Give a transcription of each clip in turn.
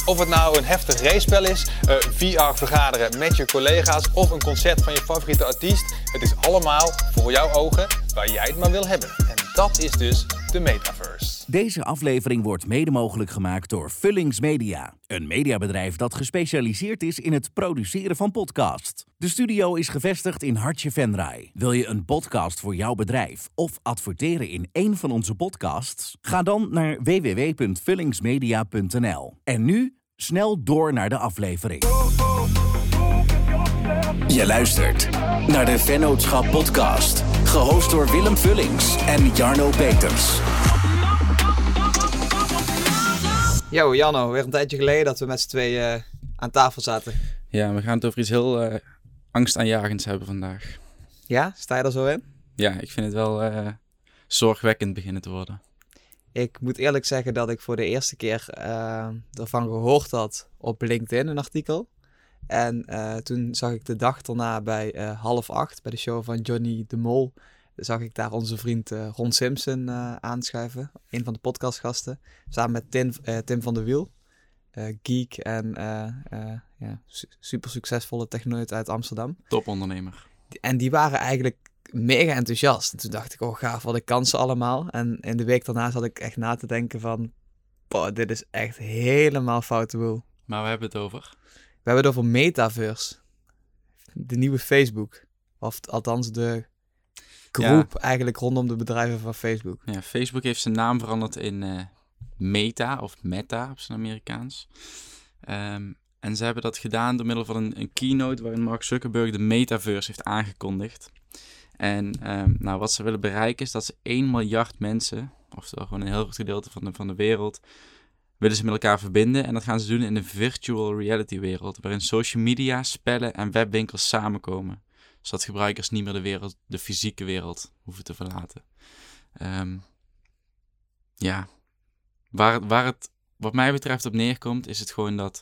Of het nou een heftig race-spel is, VR vergaderen met je collega's of een concert van je favoriete artiest. Het is allemaal voor jouw ogen waar jij het maar wil hebben. En dat is dus de metaverse. Deze aflevering wordt mede mogelijk gemaakt door Vullings Media. Een mediabedrijf dat gespecialiseerd is in het produceren van podcasts. De studio is gevestigd in Hartje Venray. Wil je een podcast voor jouw bedrijf of adverteren in één van onze podcasts? Ga dan naar www.vullingsmedia.nl. En nu snel door naar de aflevering. Je luistert naar de Vennootschap podcast. Gehost door Willem Vullings en Jarno Peters. Yo, Janno, weer een tijdje geleden dat we met z'n tweeën aan tafel zaten. Ja, we gaan het over iets heel angstaanjagends hebben vandaag. Ja, sta je er zo in? Ja, ik vind het wel zorgwekkend beginnen te worden. Ik moet eerlijk zeggen dat ik voor de eerste keer ervan gehoord had op LinkedIn, een artikel. En toen zag ik de dag erna bij 7:30 bij de show van Johnny de Mol. Zag ik daar onze vriend Ron Simpson aanschuiven. Een van de podcastgasten. Samen met Tim van der Wiel. Geek en super succesvolle techneut uit Amsterdam. Topondernemer. En die waren eigenlijk mega enthousiast. En toen dacht ik, oh gaaf, wat ik kan ze allemaal. En in de week daarna zat ik echt na te denken van... Boah, dit is echt helemaal foute boel. Maar we hebben het over? We hebben het over Metaverse. De nieuwe Facebook. Of althans de groep eigenlijk rondom de bedrijven van Facebook. Ja, Facebook heeft zijn naam veranderd in Meta of Meta op zijn Amerikaans. En ze hebben dat gedaan door middel van een keynote waarin Mark Zuckerberg de Metaverse heeft aangekondigd. En wat ze willen bereiken is dat ze 1 miljard mensen, oftewel gewoon een heel groot gedeelte van de wereld, willen ze met elkaar verbinden. En dat gaan ze doen in een virtual reality wereld, waarin social media, spellen en webwinkels samenkomen. Zodat gebruikers niet meer de fysieke wereld hoeven te verlaten. Waar het wat mij betreft op neerkomt, is het gewoon dat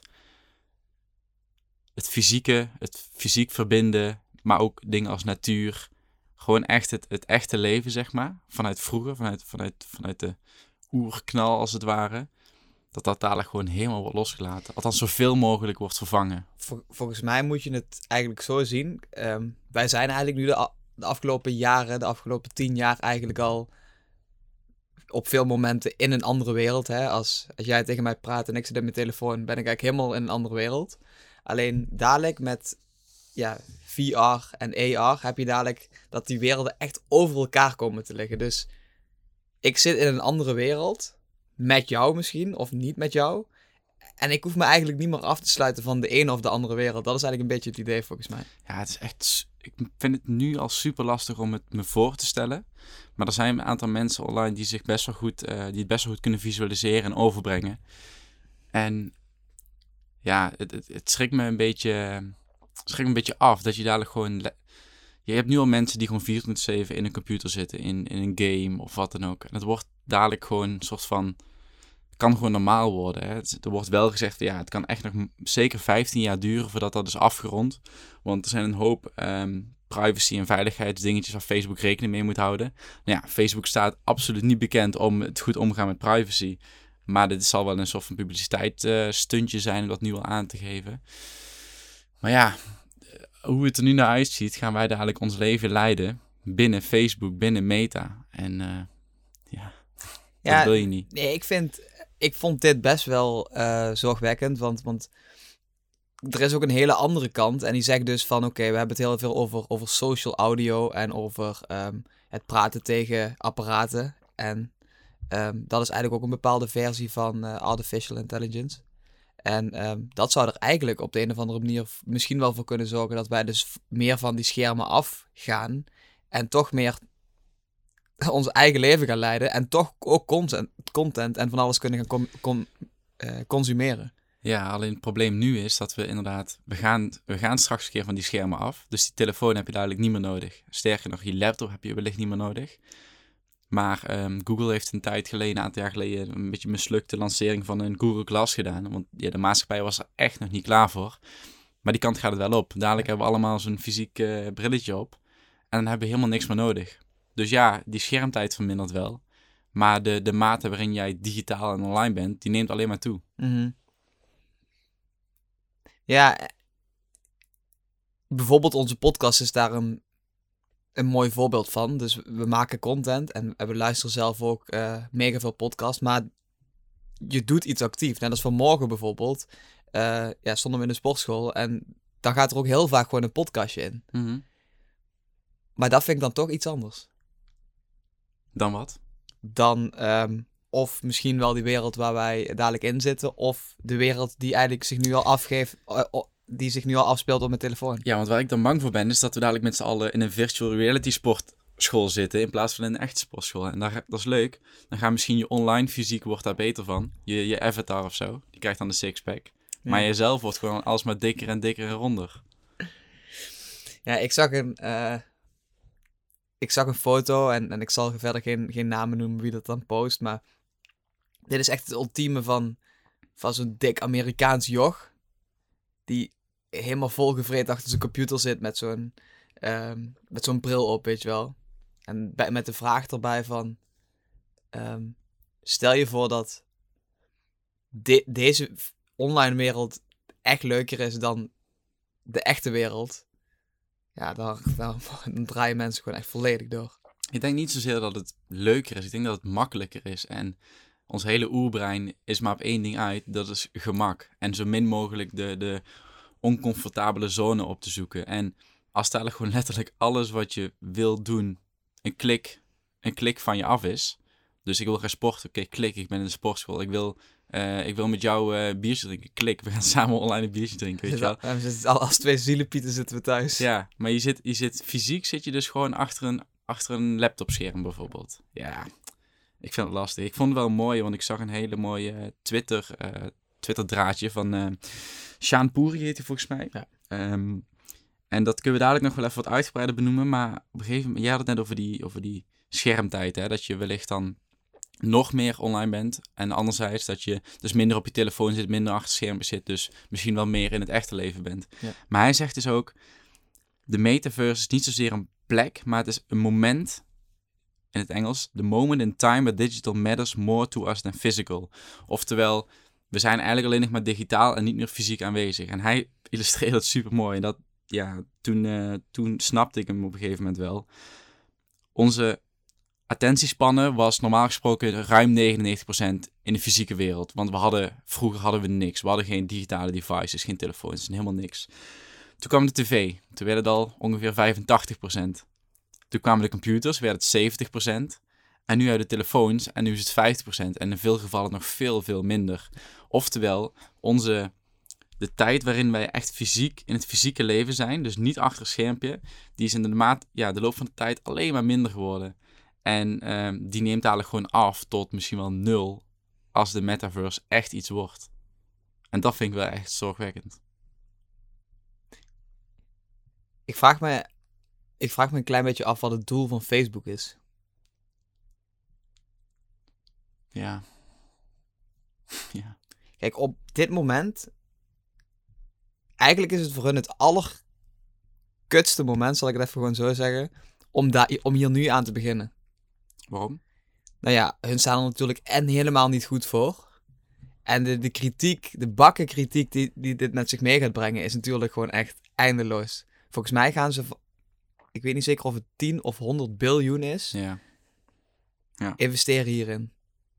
het fysiek verbinden, maar ook dingen als natuur, gewoon echt het echte leven, zeg maar, vanuit vroeger, vanuit de oerknal als het ware, dat dadelijk gewoon helemaal wordt losgelaten. Althans, zoveel mogelijk wordt vervangen. Volgens mij moet je het eigenlijk zo zien. Wij zijn eigenlijk nu de afgelopen jaren, de afgelopen 10 jaar eigenlijk al op veel momenten in een andere wereld. Hè? Als jij tegen mij praat en ik zit in mijn telefoon, ben ik eigenlijk helemaal in een andere wereld. Alleen dadelijk met VR en AR heb je dadelijk dat die werelden echt over elkaar komen te liggen. Dus ik zit in een andere wereld, met jou misschien, of niet met jou. En ik hoef me eigenlijk niet meer af te sluiten van de ene of de andere wereld. Dat is eigenlijk een beetje het idee volgens mij. Ja, het is echt... Ik vind het nu al super lastig om het me voor te stellen. Maar er zijn een aantal mensen online die het best wel goed kunnen visualiseren en overbrengen. En ja, het schrikt me een beetje af dat je dadelijk gewoon... Je hebt nu al mensen die gewoon 24/7 in een computer zitten, in een game of wat dan ook. En het wordt dadelijk gewoon een soort van... kan gewoon normaal worden. Hè. Er wordt wel gezegd, het kan echt nog zeker 15 jaar duren voordat dat is afgerond. Want er zijn een hoop privacy- en veiligheidsdingetjes waar Facebook rekening mee moet houden. Nou ja, Facebook staat absoluut niet bekend om het goed omgaan met privacy. Maar dit zal wel een soort van publiciteitsstuntje zijn om dat nu al aan te geven. Maar ja, hoe het er nu naar uitziet, gaan wij dadelijk ons leven leiden binnen Facebook, binnen Meta. En dat wil je niet. Nee, ik vond dit best wel zorgwekkend, want er is ook een hele andere kant. En die zegt dus van, oké, we hebben het heel veel over social audio en over het praten tegen apparaten. En dat is eigenlijk ook een bepaalde versie van artificial intelligence. En dat zou er eigenlijk op de een of andere manier misschien wel voor kunnen zorgen dat wij dus meer van die schermen afgaan en toch meer ons eigen leven gaan leiden en toch ook content en van alles kunnen gaan consumeren. Ja, alleen het probleem nu is dat we inderdaad... We gaan straks een keer van die schermen af. Dus die telefoon heb je dadelijk niet meer nodig. Sterker nog, je laptop heb je wellicht niet meer nodig. Maar Google heeft een aantal jaar geleden... een beetje mislukte lancering van een Google Glass gedaan. Want de maatschappij was er echt nog niet klaar voor. Maar die kant gaat het wel op. Dadelijk hebben we allemaal zo'n fysiek brilletje op. En dan hebben we helemaal niks meer nodig. Dus ja, die schermtijd vermindert wel. Maar de mate waarin jij digitaal en online bent, die neemt alleen maar toe. Mm-hmm. Ja, bijvoorbeeld onze podcast is daar een mooi voorbeeld van. Dus we maken content en we luisteren zelf ook mega veel podcasts. Maar je doet iets actief. Net als vanmorgen bijvoorbeeld. Stonden we in de sportschool en dan gaat er ook heel vaak gewoon een podcastje in. Mm-hmm. Maar dat vind ik dan toch iets anders. Dan wat? Dan of misschien wel die wereld waar wij dadelijk in zitten. Of de wereld die eigenlijk zich nu al afgeeft. Die zich nu al afspeelt op mijn telefoon. Ja, want waar ik dan bang voor ben, is dat we dadelijk met z'n allen in een virtual reality sportschool zitten, in plaats van in een echte sportschool. En dat is leuk. Dan gaat misschien je online fysiek wordt daar beter van. Je avatar of zo. Die krijgt dan de sixpack. Ja. Maar jezelf wordt gewoon alsmaar dikker en dikker en ronder. Ja, ik zag een foto en ik zal verder geen namen noemen wie dat dan post. Maar dit is echt het ultieme van zo'n dik Amerikaans joch. Die helemaal volgevreten achter zijn computer zit met zo'n bril op, weet je wel. En met de vraag erbij van... stel je voor dat deze online wereld echt leuker is dan de echte wereld. Ja, dan draaien mensen gewoon echt volledig door. Ik denk niet zozeer dat het leuker is. Ik denk dat het makkelijker is. En ons hele oerbrein is maar op één ding uit. Dat is gemak. En zo min mogelijk de oncomfortabele zone op te zoeken. En als dadelijk gewoon letterlijk alles wat je wil doen een klik van je af is. Dus ik wil gaan sporten. Oké, klik. Ik ben in de sportschool. Ik wil met jou biertje drinken. Klik. We gaan samen online een biertje drinken. Weet je wel? Als twee zielepieten zitten we thuis. Ja, maar je zit fysiek zit je dus gewoon achter een laptopscherm bijvoorbeeld. Ja, ik vind het lastig. Ik vond het wel mooi, want ik zag een hele mooie Twitter-draadje van Shaan Puri heet hij volgens mij. Ja. En dat kunnen we dadelijk nog wel even wat uitgebreider benoemen. Maar op een gegeven moment, jij had het net over die schermtijd. Hè? Dat je wellicht dan nog meer online bent. En anderzijds dat je dus minder op je telefoon zit, minder achter schermen zit. Dus misschien wel meer in het echte leven bent. Ja. Maar hij zegt dus ook, de metaverse is niet zozeer een plek, maar het is een moment, in het Engels, the moment in time where digital matters more to us than physical. Oftewel, we zijn eigenlijk alleen nog maar digitaal en niet meer fysiek aanwezig. En hij illustreert dat super mooi. En dat, ja, toen snapte ik hem op een gegeven moment wel. Onze attentiespannen was normaal gesproken ruim 99% in de fysieke wereld. Want vroeger hadden we niks. We hadden geen digitale devices, geen telefoons en helemaal niks. Toen kwam de tv. Toen werd het al ongeveer 85%. Toen kwamen de computers, werd het 70%. En nu uit de telefoons en nu is het 50%. En in veel gevallen nog veel, veel minder. Oftewel, de tijd waarin wij echt fysiek in het fysieke leven zijn, dus niet achter een schermpje, die is in de loop van de tijd alleen maar minder geworden. En die neemt eigenlijk gewoon af tot misschien wel 0 als de metaverse echt iets wordt. En dat vind ik wel echt zorgwekkend. Ik vraag me een klein beetje af wat het doel van Facebook is. Ja. Ja. Kijk, op dit moment, eigenlijk is het voor hun het allerkutste moment, zal ik het even gewoon zo zeggen, om hier nu aan te beginnen. Waarom? Nou ja, hun staan er natuurlijk helemaal niet goed voor. En de kritiek, de bakken kritiek die dit met zich mee gaat brengen, is natuurlijk gewoon echt eindeloos. Volgens mij gaan ze, ik weet niet zeker of het 10 of 100 biljoen is, Ja. investeren hierin.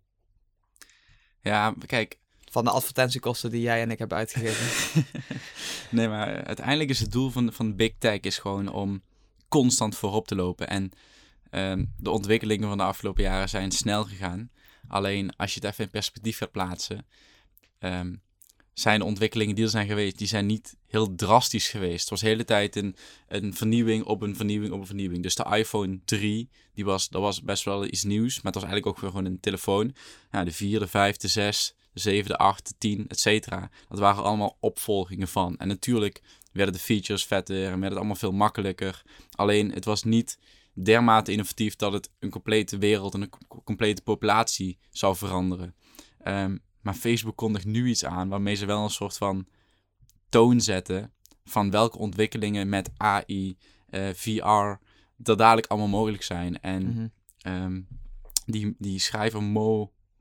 Ja, kijk. Van de advertentiekosten die jij en ik hebben uitgegeven. Nee, maar uiteindelijk is het doel van Big Tech is gewoon om constant voorop te lopen. En de ontwikkelingen van de afgelopen jaren zijn snel gegaan. Alleen als je het even in perspectief gaat plaatsen, zijn de ontwikkelingen die er zijn geweest, die zijn niet heel drastisch geweest. Het was de hele tijd een vernieuwing op een vernieuwing op een vernieuwing. Dus de iPhone 3, dat was best wel iets nieuws, maar het was eigenlijk ook gewoon een telefoon. Ja, de 4, de 5, de 6, de 7, de 8, de 10, et cetera. Dat waren allemaal opvolgingen van. En natuurlijk werden de features vetter en werd het allemaal veel makkelijker. Alleen het was niet dermate innovatief dat het een complete wereld en een complete populatie zou veranderen. Maar Facebook kondigt nu iets aan waarmee ze wel een soort van toon zetten van welke ontwikkelingen met AI, VR, dat dadelijk allemaal mogelijk zijn. En die schrijver Mo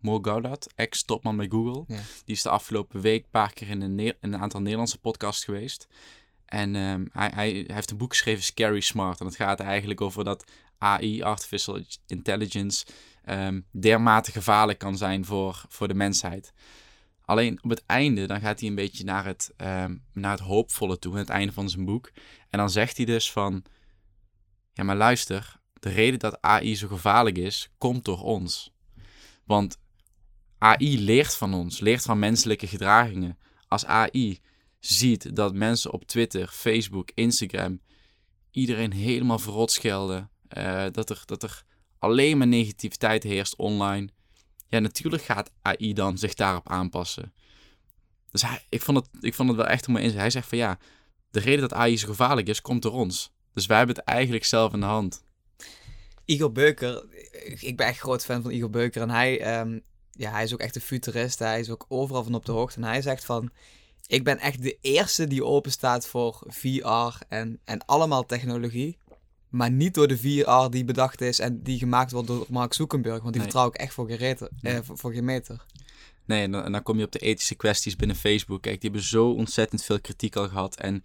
Mo Gaudat, ex-topman bij Google. Ja. Die is de afgelopen week een paar keer in een aantal Nederlandse podcasts geweest. En hij heeft een boek geschreven, Scary Smart. En dat gaat eigenlijk over dat AI, Artificial Intelligence, dermate gevaarlijk kan zijn voor de mensheid. Alleen op het einde, dan gaat hij een beetje naar het hoopvolle toe, aan het einde van zijn boek. En dan zegt hij dus van, ja maar luister, de reden dat AI zo gevaarlijk is, komt door ons. Want AI leert van ons, leert van menselijke gedragingen. Als AI ziet dat mensen op Twitter, Facebook, Instagram iedereen helemaal verrot schelden, dat er alleen maar negativiteit heerst online, ja, natuurlijk gaat AI dan zich daarop aanpassen. Dus ik vond het wel echt een mooi inzicht. Hij zegt van ja, de reden dat AI zo gevaarlijk is, komt door ons. Dus wij hebben het eigenlijk zelf in de hand. Igor Beuker, ik ben echt groot fan van Igor Beuker. En hij is ook echt een futurist. Hij is ook overal van op de hoogte. En hij zegt van, ik ben echt de eerste die open staat voor VR en allemaal technologie. Maar niet door de VR die bedacht is en die gemaakt wordt door Mark Zuckerberg. Want die vertrouw ik echt voor geen meter. Nee, en dan kom je op de ethische kwesties binnen Facebook. Kijk, die hebben zo ontzettend veel kritiek al gehad. En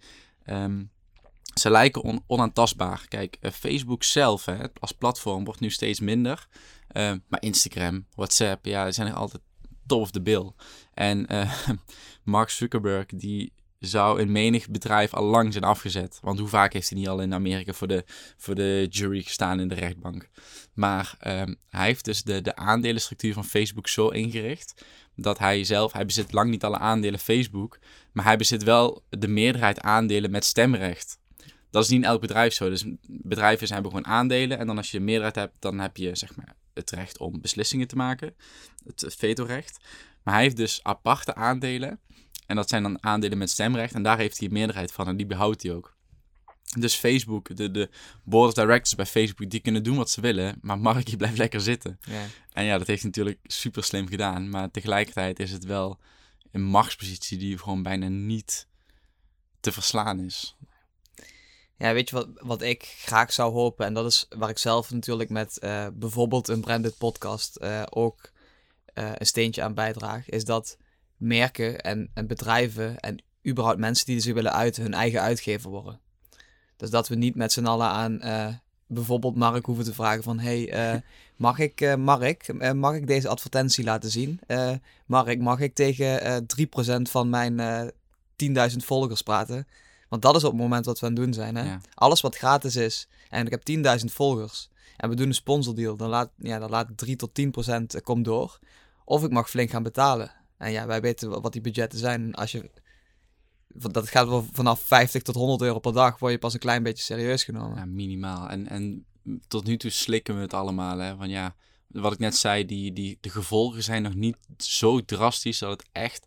ze lijken onaantastbaar. Kijk, Facebook zelf als platform wordt nu steeds minder. Maar Instagram, WhatsApp, ja, die zijn nog altijd top of the bill. En Mark Zuckerberg, die zou in menig bedrijf al lang zijn afgezet. Want hoe vaak heeft hij niet al in Amerika voor de jury gestaan in de rechtbank. Maar hij heeft dus de aandelenstructuur van Facebook zo ingericht dat hij bezit lang niet alle aandelen Facebook, maar hij bezit wel de meerderheid aandelen met stemrecht. Dat is niet in elk bedrijf zo. Dus bedrijven hebben gewoon aandelen en dan als je de meerderheid hebt, dan heb je zeg maar het recht om beslissingen te maken, het vetorecht. Maar hij heeft dus aparte aandelen. En dat zijn dan aandelen met stemrecht. En daar heeft hij een meerderheid van. En die behoudt hij ook. Dus Facebook, de board of directors bij Facebook, die kunnen doen wat ze willen. Maar Mark, je blijft lekker zitten. Ja. En ja, dat heeft hij natuurlijk super slim gedaan. Maar tegelijkertijd is het wel een machtspositie die gewoon bijna niet te verslaan is. Ja, weet je wat ik graag zou hopen? En dat is waar ik zelf natuurlijk met bijvoorbeeld een branded podcast ook een steentje aan bijdraag. Is dat merken en bedrijven en überhaupt mensen die zich willen uiten hun eigen uitgever worden. Dus dat we niet met z'n allen aan bijvoorbeeld Mark hoeven te vragen van mag ik deze advertentie laten zien? Mark, mag ik tegen 3% van mijn 10.000 volgers praten? Want dat is op het moment wat we aan het doen zijn. Hè? Ja. Alles wat gratis is en ik heb 10.000 volgers en we doen een sponsordeal, dan laat 3 tot 10% komt door. Of ik mag flink gaan betalen. En ja, wij weten wat die budgetten zijn. Dat gaat wel vanaf 50 tot 100 euro per dag, word je pas een klein beetje serieus genomen. Ja, minimaal. En tot nu toe slikken we het allemaal. Hè? Want ja, wat ik net zei, de gevolgen zijn nog niet zo drastisch dat het echt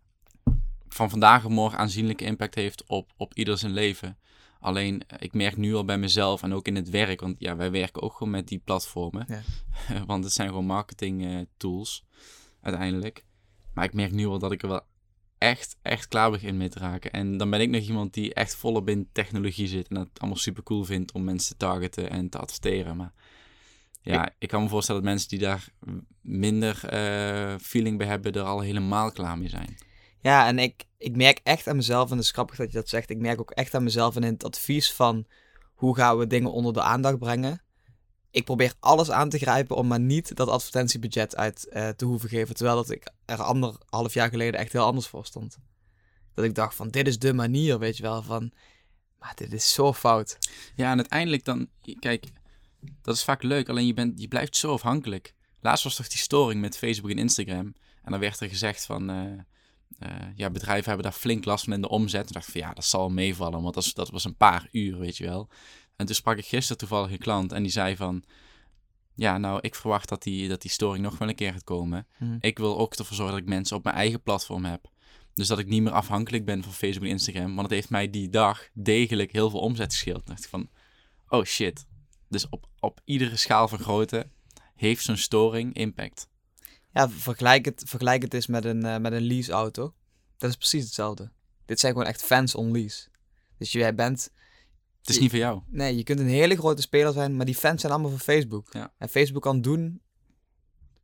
van vandaag op morgen aanzienlijke impact heeft op ieder zijn leven. Alleen, ik merk nu al bij mezelf en ook in het werk, want ja, wij werken ook gewoon met die platformen. Ja. Want het zijn gewoon marketing tools, uiteindelijk. Maar ik merk nu al dat ik er wel echt klaar begin mee te raken. En dan ben ik nog iemand die echt volop in technologie zit en dat allemaal super cool vindt om mensen te targeten en te adverteren. Maar ja, ik kan me voorstellen dat mensen die daar minder feeling bij hebben, er al helemaal klaar mee zijn. Ja, en ik merk echt aan mezelf, en het is grappig dat je dat zegt, ik merk ook echt aan mezelf en in het advies van hoe gaan we dingen onder de aandacht brengen. Ik probeer alles aan te grijpen om maar niet dat advertentiebudget uit te hoeven geven. Terwijl dat ik er 1,5 jaar geleden echt heel anders voor stond. Dat ik dacht van, dit is de manier, weet je wel, van, maar dit is zo fout. Ja, en uiteindelijk dan, kijk, dat is vaak leuk, alleen je blijft zo afhankelijk. Laatst was toch die storing met Facebook en Instagram. En dan werd er gezegd van, bedrijven hebben daar flink last van in de omzet. En dacht ik van, ja, dat zal meevallen, want dat was een paar uur, weet je wel. En toen sprak ik gisteren toevallig een klant en die zei van, ja, nou, ik verwacht dat die storing nog wel een keer gaat komen. Ik wil ook ervoor zorgen dat ik mensen op mijn eigen platform heb. Dus dat ik niet meer afhankelijk ben van Facebook en Instagram. Want het heeft mij die dag degelijk heel veel omzet gescheeld. Toen dacht ik van, oh shit. Dus op iedere schaal van grootte heeft zo'n storing impact. Ja, vergelijk het eens met een leaseauto. Dat is precies hetzelfde. Dit zijn gewoon echt fans on lease. Dus jij bent... Het is niet voor jou. Nee, je kunt een hele grote speler zijn, maar die fans zijn allemaal van Facebook. Ja. En Facebook kan doen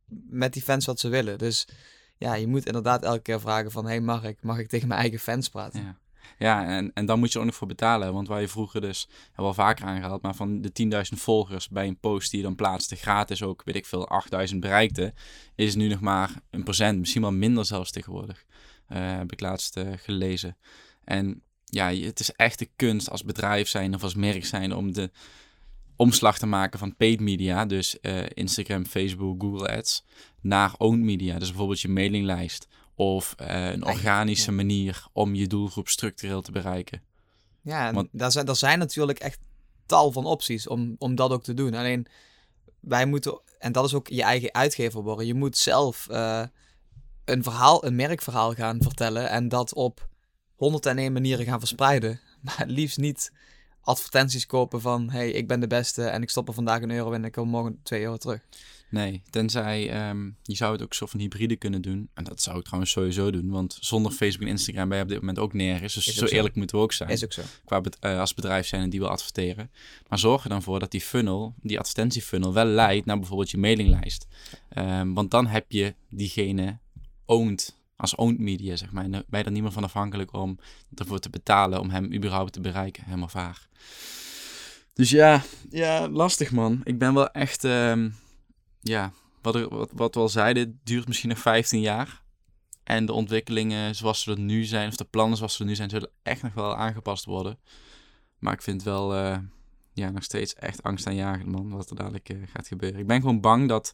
met die fans wat ze willen. Dus ja, je moet inderdaad elke keer vragen van, hey, mag ik tegen mijn eigen fans praten? Ja. Ja, en dan moet je er ook nog voor betalen. Want waar je vroeger dus, hebben we al vaker aangehaald, maar van de 10.000 volgers bij een post die je dan plaatste, gratis ook, weet ik veel, 8.000 bereikte, is nu nog maar 1%, misschien wel minder zelfs tegenwoordig. Heb ik laatst gelezen. En ja, het is echt de kunst als bedrijf zijn of als merk zijn om de omslag te maken van paid media, dus Instagram, Facebook, Google Ads, naar owned media. Dus bijvoorbeeld je mailinglijst of een organische manier om je doelgroep structureel te bereiken. Ja, en daar zijn natuurlijk echt tal van opties om dat ook te doen. Alleen wij moeten, en dat is ook je eigen uitgever worden, je moet zelf een merkverhaal gaan vertellen en dat op 101 manieren gaan verspreiden. Maar liefst niet advertenties kopen van, hey, ik ben de beste en ik stop er vandaag €1 in en ik kom morgen €2 terug. Nee, tenzij je zou het ook zo van hybride kunnen doen. En dat zou ik trouwens sowieso doen, want zonder Facebook en Instagram ben je op dit moment ook nergens. Dus zo eerlijk moeten we ook zijn. Is ook zo. Als bedrijf zijn en die wil adverteren. Maar zorg er dan voor dat die advertentiefunnel wel leidt naar bijvoorbeeld je mailinglijst. Want dan heb je diegene als owned media, zeg maar. En dan ben je er niet meer van afhankelijk om ervoor te betalen om hem überhaupt te bereiken, hem of haar. Dus ja, lastig man. Ik ben wel echt, wat we al zeiden, het duurt misschien nog 15 jaar. En de ontwikkelingen zoals ze er nu zijn, of de plannen zoals ze er nu zijn, zullen echt nog wel aangepast worden. Maar ik vind wel, nog steeds echt angstaanjagend, man, wat er dadelijk gaat gebeuren. Ik ben gewoon bang dat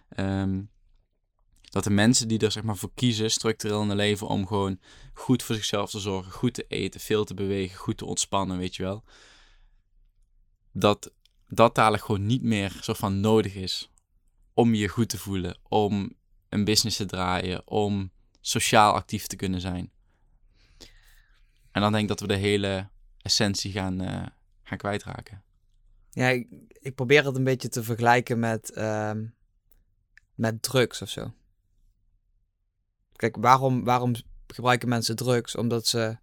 de mensen die er zeg maar voor kiezen, structureel in hun leven, om gewoon goed voor zichzelf te zorgen, goed te eten, veel te bewegen, goed te ontspannen, weet je wel. Dat dadelijk gewoon niet meer soort van nodig is om je goed te voelen, om een business te draaien, om sociaal actief te kunnen zijn. En dan denk ik dat we de hele essentie gaan kwijtraken. Ja, ik probeer het een beetje te vergelijken met drugs of zo. Kijk, waarom gebruiken mensen drugs? Omdat ze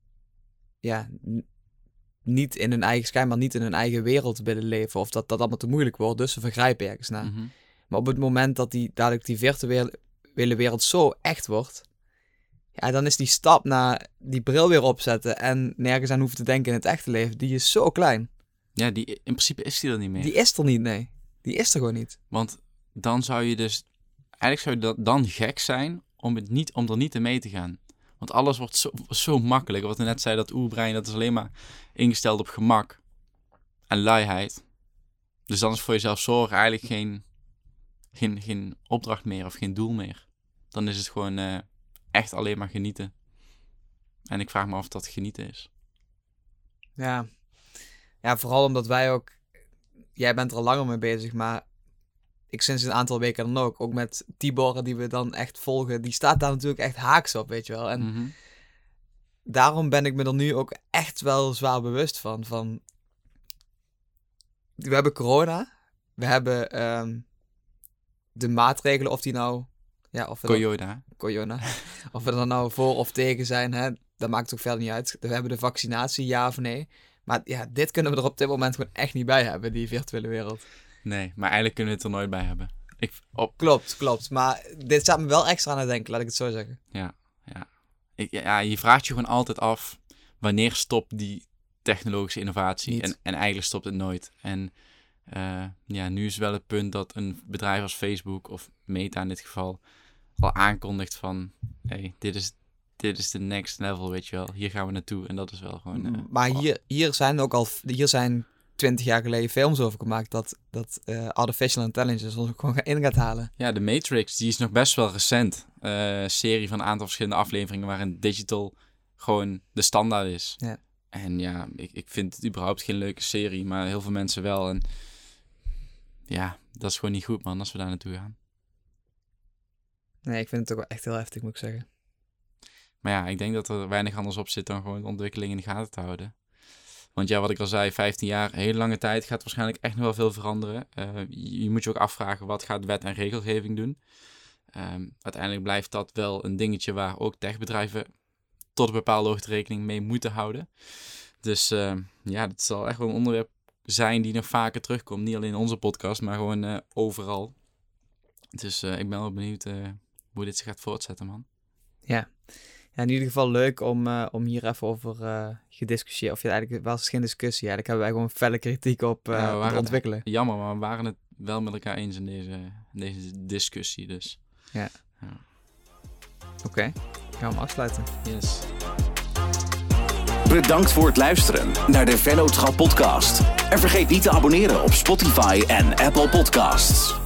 niet in hun eigen, schijnbaar niet in hun eigen wereld willen leven. Of dat allemaal te moeilijk wordt, dus ze vergrijpen ergens naar. Mm-hmm. Maar op het moment dat dadelijk die virtuele wereld zo echt wordt, ja, dan is die stap naar die bril weer opzetten en nergens aan hoeven te denken in het echte leven, die is zo klein. Ja, in principe is die er niet meer. Die is er niet, nee. Die is er gewoon niet. Want dan zou je dus, eigenlijk zou je dan gek zijn om er niet in mee te gaan. Want alles wordt zo makkelijk. Wat we net zeiden, dat oerbrein, dat is alleen maar ingesteld op gemak en luiheid. Dus dan is voor jezelf zorgen eigenlijk geen opdracht meer of geen doel meer. Dan is het gewoon echt alleen maar genieten. En ik vraag me af of dat genieten is. Ja, vooral omdat wij ook, jij bent er al langer mee bezig, maar ik sinds een aantal weken dan ook met Tibor, die we dan echt volgen, die staat daar natuurlijk echt haaks op, weet je wel. En daarom ben ik me er nu ook echt wel zwaar bewust van. We hebben corona, we hebben de maatregelen, of die nou... Ja, of corona. Of we er nou voor of tegen zijn, hè, dat maakt het ook verder niet uit. We hebben de vaccinatie, ja of nee. Maar ja, dit kunnen we er op dit moment gewoon echt niet bij hebben, die virtuele wereld. Nee, maar eigenlijk kunnen we het er nooit bij hebben. Klopt. Maar dit staat me wel extra aan het denken, laat ik het zo zeggen. Ja. Je vraagt je gewoon altijd af, wanneer stopt die technologische innovatie? En eigenlijk stopt het nooit. En nu is wel het punt dat een bedrijf als Facebook, of Meta in dit geval, al aankondigt van, hey, dit is de next level, weet je wel. Hier gaan we naartoe. En dat is wel gewoon... maar hier zijn 20 jaar geleden films over gemaakt dat artificial intelligence ons ook gewoon in gaat halen. Ja, de Matrix, die is nog best wel recent. Serie van een aantal verschillende afleveringen waarin digital gewoon de standaard is. Ja. En ja, ik vind het überhaupt geen leuke serie, maar heel veel mensen wel. En ja, dat is gewoon niet goed, man, als we daar naartoe gaan. Nee, ik vind het ook wel echt heel heftig, moet ik zeggen. Maar ja, ik denk dat er weinig anders op zit dan gewoon de ontwikkeling in de gaten te houden. Want ja, wat ik al zei, 15 jaar, hele lange tijd, gaat waarschijnlijk echt nog wel veel veranderen. Je moet je ook afvragen, wat gaat wet en regelgeving doen? Uiteindelijk blijft dat wel een dingetje waar ook techbedrijven tot een bepaalde hoogte rekening mee moeten houden. Dus dat zal echt wel een onderwerp zijn die nog vaker terugkomt. Niet alleen in onze podcast, maar gewoon overal. Dus ik ben wel benieuwd hoe dit zich gaat voortzetten, man. Ja, in ieder geval leuk om hier even over gediscussieerd. Of eigenlijk was het geen discussie. Eigenlijk hebben wij gewoon felle kritiek op het ontwikkelen. Jammer, maar we waren het wel met elkaar eens in deze discussie. Dus. Ja. Oké, gaan we hem afsluiten. Yes. Bedankt voor het luisteren naar de Vennootschap podcast. En vergeet niet te abonneren op Spotify en Apple Podcasts.